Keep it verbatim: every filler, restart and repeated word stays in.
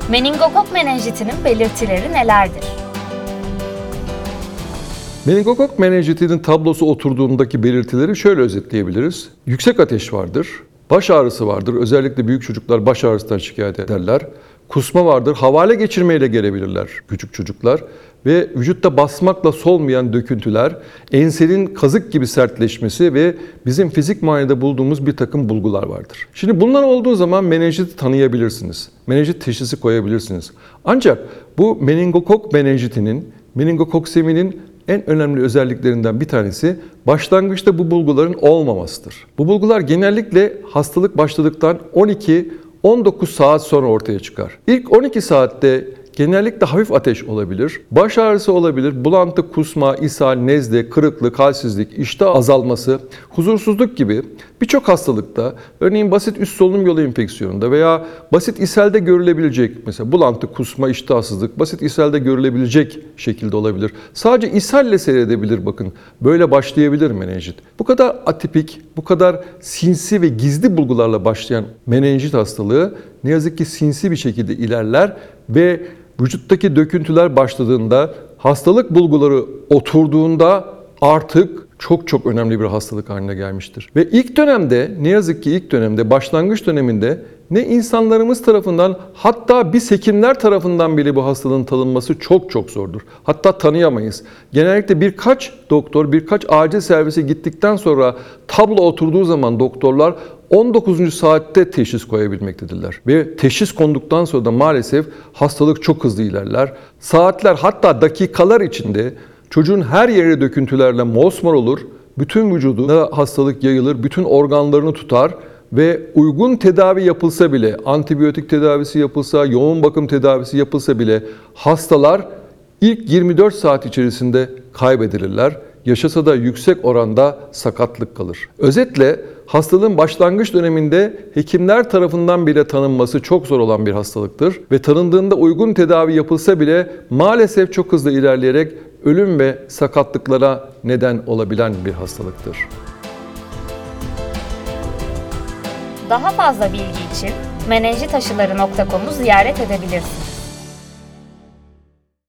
Meningokok menenjitinin belirtileri nelerdir? Meningokok menenjitinin tablosu oturduğundaki belirtileri şöyle özetleyebiliriz. Yüksek ateş vardır, baş ağrısı vardır. Özellikle büyük çocuklar baş ağrısından şikayet ederler. Kusma vardır, havale geçirmeyle gelebilirler küçük çocuklar. Ve vücutta basmakla solmayan döküntüler, ensenin kazık gibi sertleşmesi ve bizim fizik muayenede bulduğumuz bir takım bulgular vardır. Şimdi bunlar olduğu zaman menenjiti tanıyabilirsiniz. Menenjit teşhisi koyabilirsiniz. Ancak bu meningokok menenjitinin, meningokokseminin en önemli özelliklerinden bir tanesi başlangıçta bu bulguların olmamasıdır. Bu bulgular genellikle hastalık başladıktan on iki on dokuz saat sonra ortaya çıkar. İlk on iki saatte genellikle hafif ateş olabilir, baş ağrısı olabilir, bulantı, kusma, ishal, nezle, kırıklık, halsizlik, iştah azalması, huzursuzluk gibi birçok hastalıkta, örneğin basit üst solunum yolu enfeksiyonunda veya basit ishalde görülebilecek, mesela bulantı, kusma, iştahsızlık, basit ishalde görülebilecek şekilde olabilir. Sadece ishalle seyredebilir bakın, böyle başlayabilir menenjit. Bu kadar atipik, bu kadar sinsi ve gizli bulgularla başlayan menenjit hastalığı ne yazık ki sinsi bir şekilde ilerler ve vücuttaki döküntüler başladığında, hastalık bulguları oturduğunda artık çok çok önemli bir hastalık haline gelmiştir. Ve ilk dönemde, ne yazık ki ilk dönemde, başlangıç döneminde ne insanlarımız tarafından, hatta biz hekimler tarafından bile bu hastalığın tanınması çok çok zordur. Hatta tanıyamayız. Genellikle birkaç doktor, birkaç acil servise gittikten sonra tablo oturduğu zaman doktorlar on dokuzuncu saatte teşhis koyabilmektedirler. Ve teşhis konduktan sonra da maalesef hastalık çok hızlı ilerler. Saatler, hatta dakikalar içinde çocuğun her yeri döküntülerle mosmor olur, bütün vücuduna hastalık yayılır, bütün organlarını tutar ve uygun tedavi yapılsa bile, antibiyotik tedavisi yapılsa, yoğun bakım tedavisi yapılsa bile hastalar ilk yirmi dört saat içerisinde kaybedilirler. Yaşasa da yüksek oranda sakatlık kalır. Özetle hastalığın başlangıç döneminde hekimler tarafından bile tanınması çok zor olan bir hastalıktır ve tanındığında uygun tedavi yapılsa bile maalesef çok hızlı ilerleyerek ölüm ve sakatlıklara neden olabilen bir hastalıktır. Daha fazla bilgi için menenjitaşıları nokta com'u ziyaret edebilirsiniz.